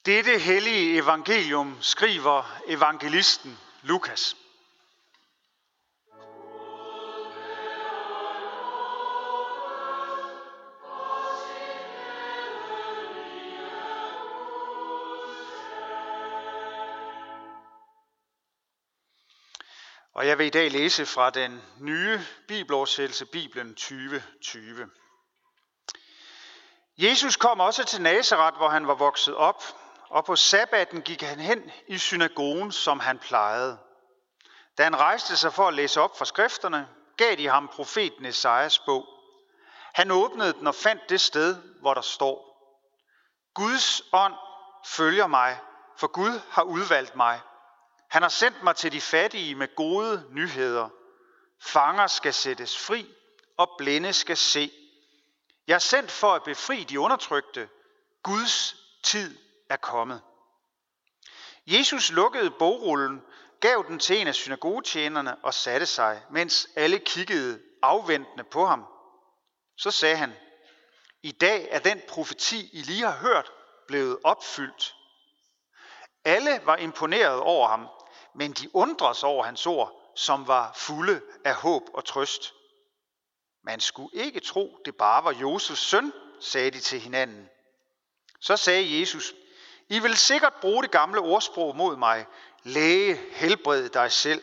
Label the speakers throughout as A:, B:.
A: Dette hellige evangelium skriver evangelisten Lukas. Og jeg vil i dag læse fra den nye bibeloversættelse, Bibelen 2020. Jesus kom også til Nazaret, hvor han var vokset op, og på sabbaten gik han hen i synagogen, som han plejede. Da han rejste sig for at læse op fra skrifterne, gav de ham profeten Esajas bog. Han åbnede den og fandt det sted, hvor der står: Guds ånd følger mig, for Gud har udvalgt mig. Han har sendt mig til de fattige med gode nyheder. Fanger skal sættes fri, og blinde skal se. Jeg er sendt for at befri de undertrykte. Guds tid er kommet. Jesus lukkede bogrullen, gav den til en af synagogetjenerne og satte sig, mens alle kiggede afventende på ham. Så sagde han: I dag er den profeti, I lige har hørt, blevet opfyldt. Alle var imponeret over ham, men de undres over hans ord, som var fulde af håb og trøst. Man skulle ikke tro, det bare var Josefs søn, sagde de til hinanden. Så sagde Jesus: I vil sikkert bruge det gamle ordsprog mod mig: Læge, helbred dig selv.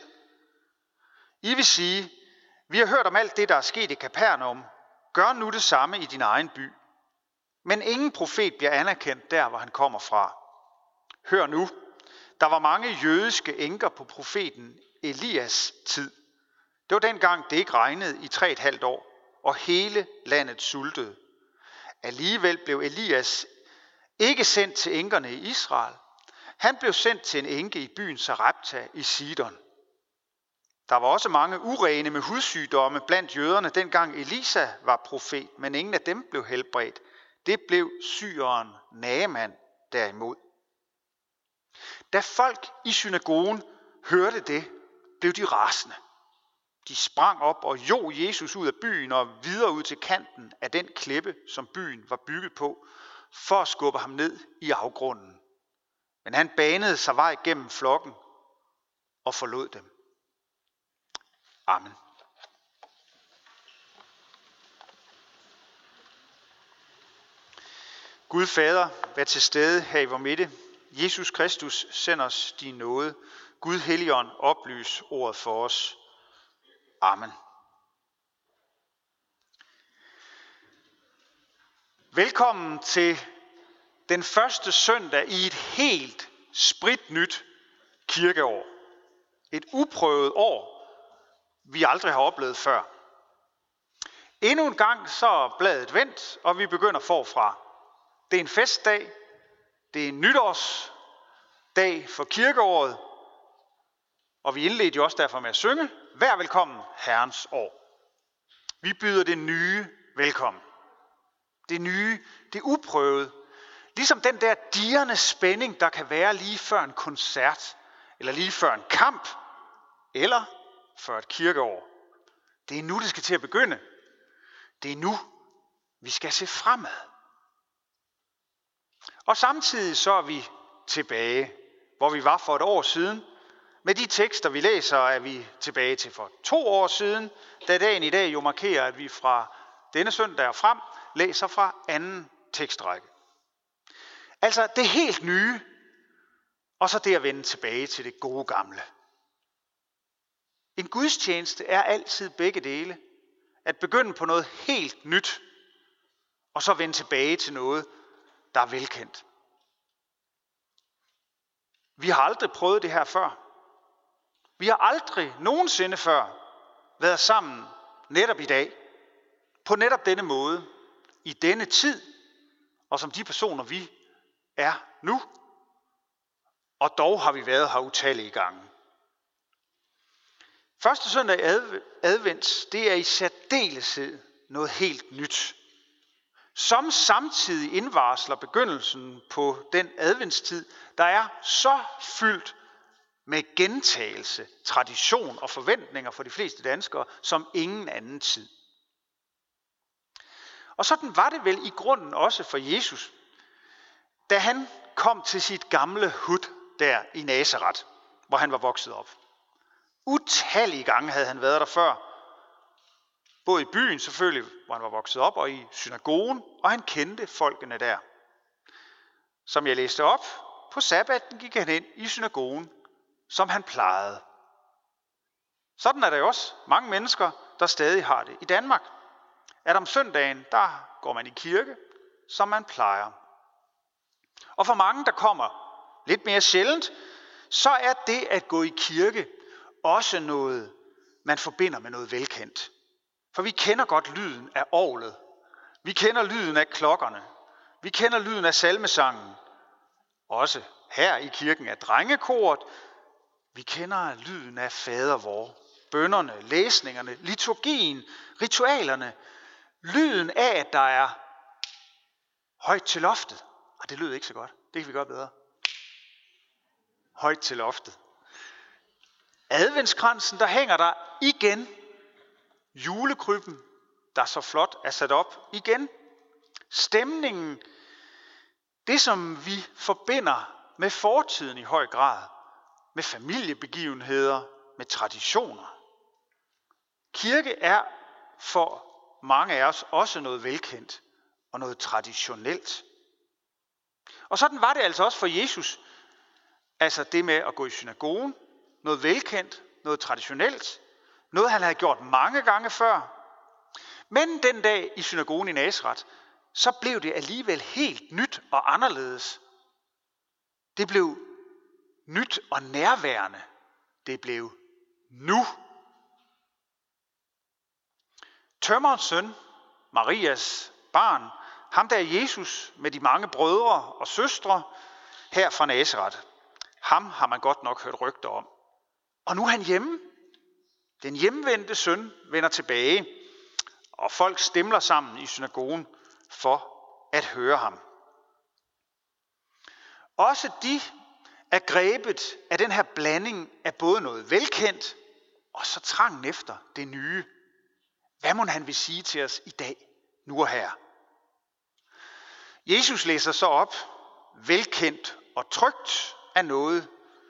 A: I vil sige: Vi har hørt om alt det, der er sket i Kapernaum. Gør nu det samme i din egen by. Men ingen profet bliver anerkendt der, hvor han kommer fra. Hør nu, der var mange jødiske enker på profeten Elias tid. Det var dengang, det ikke regnede i 3,5 år, og hele landet sultede. Alligevel blev Elias ikke sendt til enkerne i Israel. Han blev sendt til en enke i byen Sarepta i Sidon. Der var også mange urene med hudsygdomme blandt jøderne, dengang Elisa var profet, men ingen af dem blev helbredt. Det blev syreren Naaman derimod. Da folk i synagogen hørte det, blev de rasende. De sprang op og jog Jesus ud af byen og videre ud til kanten af den klippe, som byen var bygget på, for at skubbe ham ned i afgrunden. Men han banede sig vej gennem flokken og forlod dem. Amen. Gud Fader, vær til stede her i vor midte. Jesus Kristus, send os din nåde. Gud Helligånd, oplys ordet for os. Amen. Velkommen til den første søndag i et helt spritnyt kirkeår. Et uprøvet år, vi aldrig har oplevet før. Endnu en gang så er bladet vendt, og vi begynder forfra. Det er en festdag. Det er en nytårsdag for kirkeåret. Og vi indledte jo også derfor med at synge: Vær velkommen, Herrens år. Vi byder det nye velkommen. Det nye, det uprøvede. Ligesom den der dirrende spænding, der kan være lige før en koncert, eller lige før en kamp, eller før et kirkeår. Det er nu, det skal til at begynde. Det er nu, vi skal se fremad. Og samtidig så er vi tilbage, hvor vi var for et år siden. Med de tekster, vi læser, er vi tilbage til for 2 år siden, da dagen i dag jo markerer, at vi fra denne søndag og frem læser fra anden tekstrække. Altså det helt nye, og så det at vende tilbage til det gode gamle. En gudstjeneste er altid begge dele. At begynde på noget helt nyt, og så vende tilbage til noget, der er velkendt. Vi har aldrig prøvet det her før. Vi har aldrig nogensinde før været sammen netop i dag, på netop denne måde, i denne tid, og som de personer vi er nu. Og dog har vi været her utallige gange. Første søndag i advent, det er i særdeleshed noget helt nyt, som samtidig indvarsler begyndelsen på den adventstid, der er så fyldt med gentagelse, tradition og forventninger for de fleste danskere, som ingen anden tid. Og sådan var det vel i grunden også for Jesus. Da han kom til sit gamle hud der i Nazaret, hvor han var vokset op. Utallige gange havde han været der før. Både i byen selvfølgelig, hvor han var vokset op, og i synagogen, og han kendte folkene der. Som jeg læste op, på sabbaten gik han ind i synagogen, som han plejede. Sådan er der jo også mange mennesker, der stadig har det i Danmark. At om søndagen, der går man i kirke, som man plejer. Og for mange, der kommer lidt mere sjældent, så er det at gå i kirke også noget, man forbinder med noget velkendt. For vi kender godt lyden af orglet. Vi kender lyden af klokkerne. Vi kender lyden af salmesangen. Også her i kirken af drengekoret. Vi kender lyden af fader vor. Bønnerne, læsningerne, liturgien, ritualerne. Lyden af, at der er højt til loftet. Og det lyder ikke så godt. Det kan vi gøre bedre. Højt til loftet. Adventskransen, der hænger der igen. Julekrybben, der så flot er sat op igen. Stemningen, det som vi forbinder med fortiden i høj grad. Med familiebegivenheder, med traditioner. Kirke er for mange af os også noget velkendt og noget traditionelt. Og sådan var det altså også for Jesus. Altså det med at gå i synagogen, noget velkendt, noget traditionelt, noget han havde gjort mange gange før. Men den dag i synagogen i Nazaret, så blev det alligevel helt nyt og anderledes. Det blev nyt og nærværende. Det blev nu. Tømmerens søn, Marias barn, ham der er Jesus med de mange brødre og søstre her fra Nazaret. Ham har man godt nok hørt rygter om. Og nu er han hjemme. Den hjemvendte søn vender tilbage, og folk stemler sammen i synagogen for at høre ham. Også de er grebet af den her blanding af både noget velkendt, og så trangen efter det nye. Hvad må han vil sige til os i dag, nu og her? Jesus læser så op, velkendt og trygt af noget,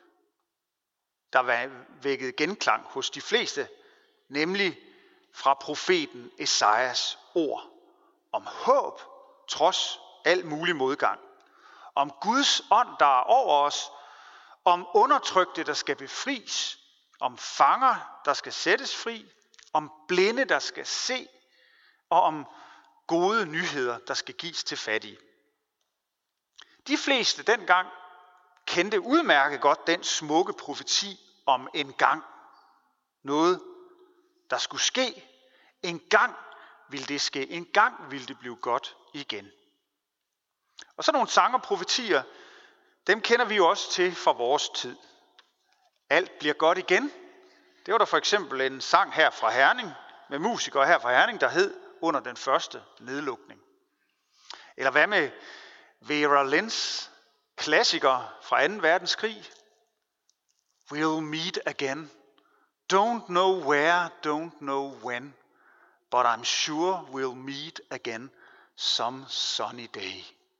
A: der vækkede genklang hos de fleste, nemlig fra profeten Esajas ord om håb trods al mulig modgang, om Guds ånd, der er over os, om undertrykte, der skal befries, om fanger, der skal sættes fri, om blinde, der skal se, og om gode nyheder, der skal gives til fattige. De fleste dengang kendte udmærket godt den smukke profeti om en gang. Noget, der skulle ske. En gang ville det ske. En gang ville det blive godt igen. Og så nogle sange og profetier, dem kender vi jo også til fra vores tid. Alt bliver godt igen. Det var der for eksempel en sang her fra Herning, med musikere her fra Herning, der hed Under den første nedlukning. Eller hvad med Vera Lynns klassiker fra 2. verdenskrig? We'll meet again. Don't know where, don't know when, but I'm sure we'll meet again some sunny day.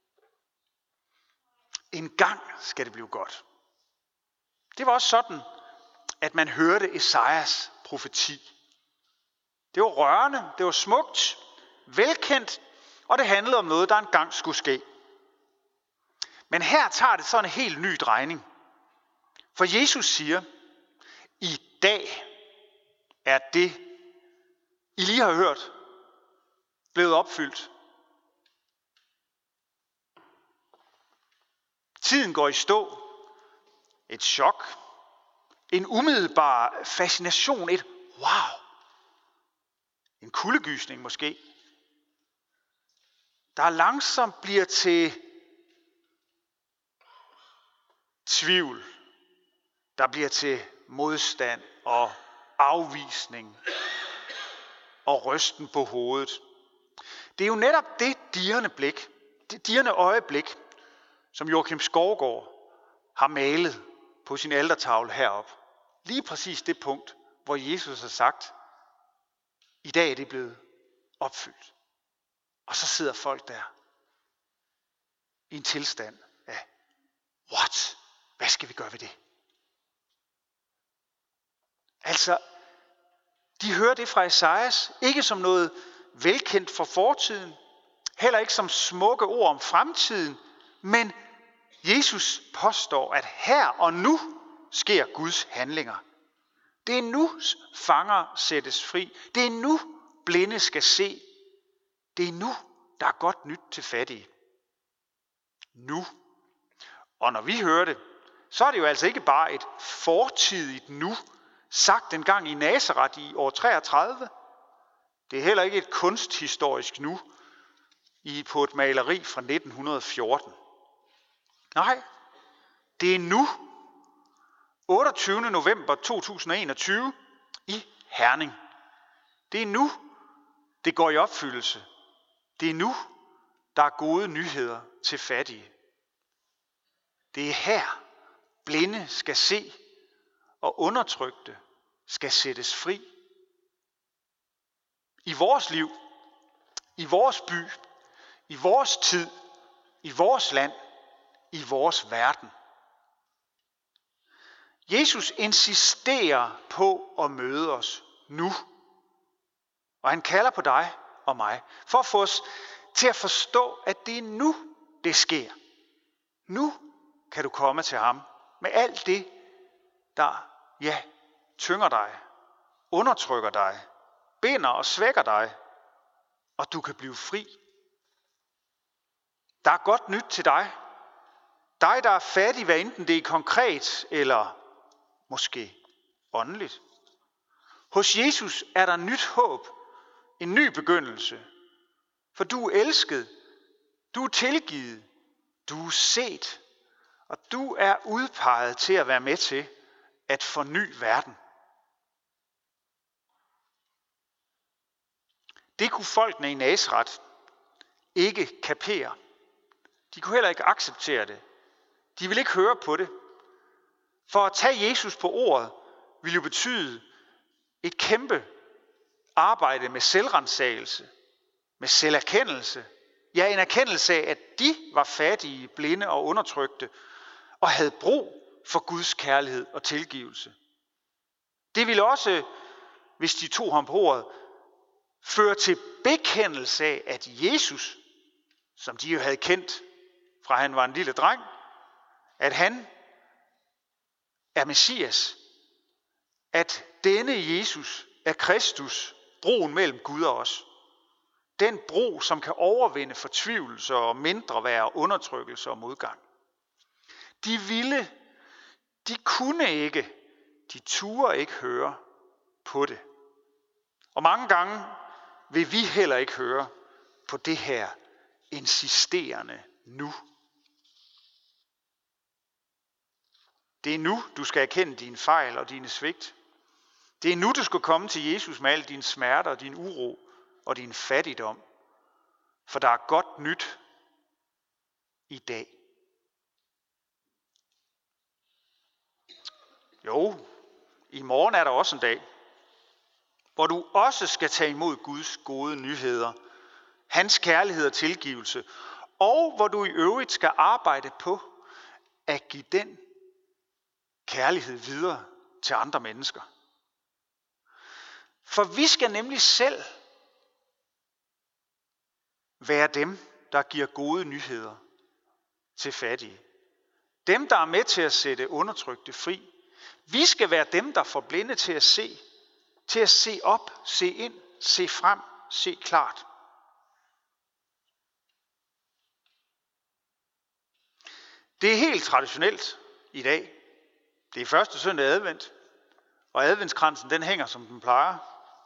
A: En gang skal det blive godt. Det var også sådan, at man hørte Esajas profeti. Det var rørende, det var smukt, velkendt, og det handlede om noget, der engang skulle ske. Men her tager det sådan en helt ny drejning. For Jesus siger, i dag er det, I lige har hørt, blevet opfyldt. Tiden går i stå. Et chok. En umiddelbar fascination. Et wow. En kuldegysning måske. Der langsomt bliver til tvivl. Der bliver til modstand og afvisning og rysten på hovedet. Det er jo netop det dirrende øjeblik, som Joachim Skovgaard har malet på sin altertavle herop. Lige præcis det punkt, hvor Jesus har sagt, i dag er det blevet opfyldt. Og så sidder folk der i en tilstand skal vi gøre ved det? Altså, de hører det fra Esajas, ikke som noget velkendt fra fortiden, heller ikke som smukke ord om fremtiden, men Jesus påstår, at her og nu sker Guds handlinger. Det er nu fanger sættes fri. Det er nu blinde skal se. Det er nu, der er godt nyt til fattige. Nu. Og når vi hører det, så er det jo altså ikke bare et fortidigt nu, sagt engang i Nazaret i år 33. Det er heller ikke et kunsthistorisk nu på et maleri fra 1914. Nej, det er nu, 28. november 2021 i Herning. Det er nu, det går i opfyldelse. Det er nu, der er gode nyheder til fattige. Det er her, blinde skal se, og undertrykte skal sættes fri. I vores liv, i vores by, i vores tid, i vores land, i vores verden. Jesus insisterer på at møde os nu. Og han kalder på dig og mig, for at få os til at forstå, at det er nu, det sker. Nu kan du komme til ham med alt det, der tynger dig, undertrykker dig, binder og svækker dig, og du kan blive fri. Der er godt nyt til dig. Dig, der er fattig, hvad enten det er konkret eller måske åndeligt. Hos Jesus er der nyt håb, en ny begyndelse. For du er elsket, du er tilgivet, du er set, og du er udpeget til at være med til at forny verden. Det kunne folkene i Nazaret ikke kapere. De kunne heller ikke acceptere det. De ville ikke høre på det. For at tage Jesus på ordet ville jo betyde et kæmpe arbejde med selvrensagelse, med selverkendelse. Ja, en erkendelse af, at de var fattige, blinde og undertrykte, og havde brug for Guds kærlighed og tilgivelse. Det ville også, hvis de tog ham på ordet, føre til bekendelse af, at Jesus, som de jo havde kendt fra han var en lille dreng, at han er Messias, at denne Jesus er Kristus, broen mellem Gud og os. Den bro, som kan overvinde fortvivlelse og mindre være undertrykkelse og modgang. De kunne ikke, de turde ikke høre på det. Og mange gange vil vi heller ikke høre på det her insisterende nu. Det er nu, du skal erkende dine fejl og dine svigt. Det er nu, du skal komme til Jesus med al din smerte og din uro og din fattigdom. For der er godt nyt i dag. Jo, i morgen er der også en dag, hvor du også skal tage imod Guds gode nyheder, hans kærlighed og tilgivelse, og hvor du i øvrigt skal arbejde på at give den kærlighed videre til andre mennesker. For vi skal nemlig selv være dem, der giver gode nyheder til fattige. Dem, der er med til at sætte undertrykte fri. Vi skal være dem, der får blinde til at se op, se ind, se frem, se klart. Det er helt traditionelt i dag. Det er første søndag advent, og adventskransen den hænger som den plejer.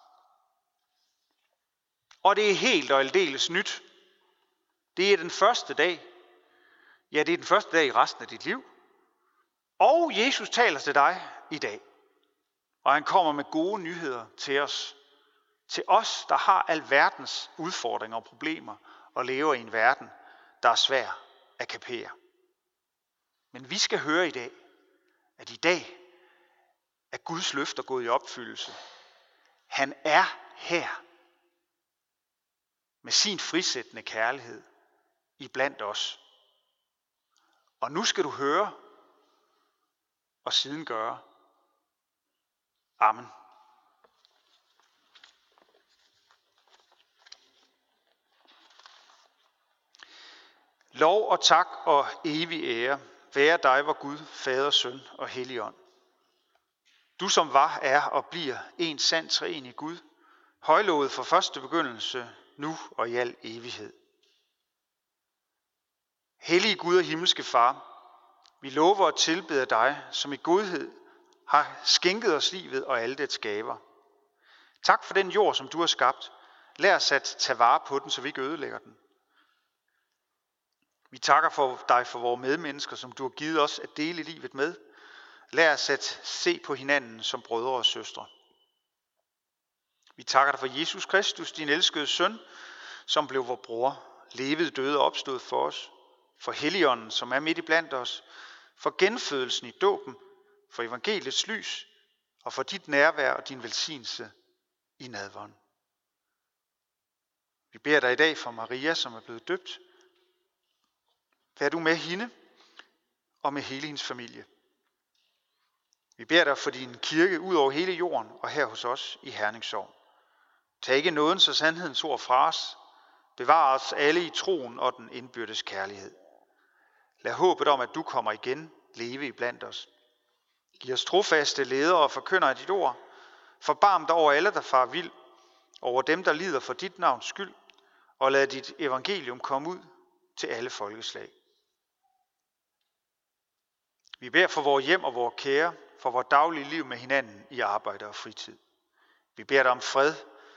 A: Og det er helt og aldeles nyt. Det er den første dag. Ja, det er den første dag i resten af dit liv. Og Jesus taler til dig i dag. Og han kommer med gode nyheder til os. Til os, der har alverdens udfordringer og problemer og lever i en verden, der er svær at kapere. Men vi skal høre i dag, at i dag er Guds løfter gået i opfyldelse. Han er her med sin frisættende kærlighed iblandt os. Og nu skal du høre, og siden gøre. Amen. Lov og tak og evig ære være dig, vor Gud, Fader, Søn og Helligånd. Du som var, er og bliver en sand treenig Gud, højlovet fra første begyndelse, nu og i al evighed. Hellige Gud og himmelske Far, vi lover og tilbeder dig, som i godhed har skænket os livet og alle dets gaver. Tak for den jord, som du har skabt. Lær os at tage vare på den, så vi ikke ødelægger den. Vi takker for dig for vores medmennesker, som du har givet os at dele livet med. Lær os at se på hinanden som brødre og søstre. Vi takker dig for Jesus Kristus, din elskede søn, som blev vor bror, levede, døde og opstod for os. For Helligånden, som er midt i blandt os. For genfødelsen i dåben, for evangeliets lys og for dit nærvær og din velsignelse i nadveren. Vi beder dig i dag for Maria, som er blevet døbt. Vær du med hende og med hele hendes familie. Vi beder dig for din kirke ud over hele jorden og her hos os i Herning Sogn. Tag ikke nådens og sandhedens ord fra os. Bevar os alle i troen og den indbyrdes kærlighed. Lad håbet om, at du kommer igen, leve iblandt os. Giv os trofaste ledere og forkyndere af dit ord. Forbarm dig over alle, der farer vild, over dem, der lider for dit navns skyld, og lad dit evangelium komme ud til alle folkeslag. Vi beder for vores hjem og vores kære, for vores daglige liv med hinanden i arbejde og fritid. Vi beder dig om fred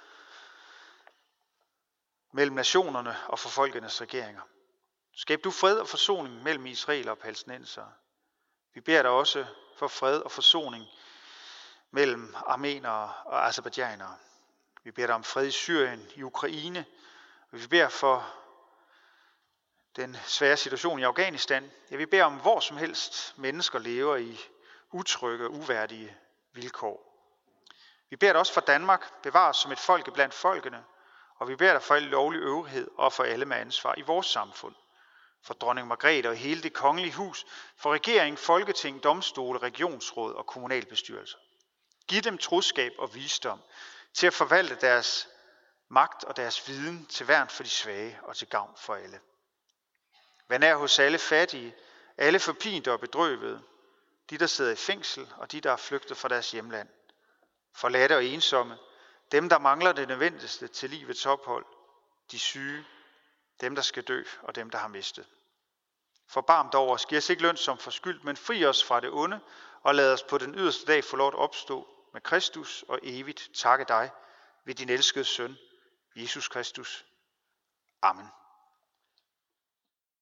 A: mellem nationerne og for folkenes regeringer. Skab du fred og forsoning mellem Israel og palæstinensere. Vi beder dig også for fred og forsoning mellem armenere og aserbajdsjanere. Vi beder dig om fred i Syrien, i Ukraine. Vi beder for den svære situation i Afghanistan. Ja, vi beder om, hvor som helst mennesker lever i utrygge og uværdige vilkår. Vi beder dig også for Danmark, bevar os som et folk blandt folkene, og vi beder dig for al lovlig øvrighed og for alle med ansvar i vores samfund. For dronning Margrethe og hele det kongelige hus, for regering, folketing, domstole, regionsråd og kommunalbestyrelser. Giv dem troskab og visdom til at forvalte deres magt og deres viden til værn for de svage og til gavn for alle. Vær nær hos alle fattige, alle forpinte og bedrøvede, de der sidder i fængsel og de der er flygtet fra deres hjemland. Forladte og ensomme, dem der mangler det nødvendigste til livets ophold, de syge, dem der skal dø og dem der har mistet. Forbarm dig over os, giv os ikke løn som forskyldt, men fri os fra det onde, og lad os på den yderste dag få lov at opstå med Kristus og evigt takke dig ved din elskede søn, Jesus Kristus. Amen.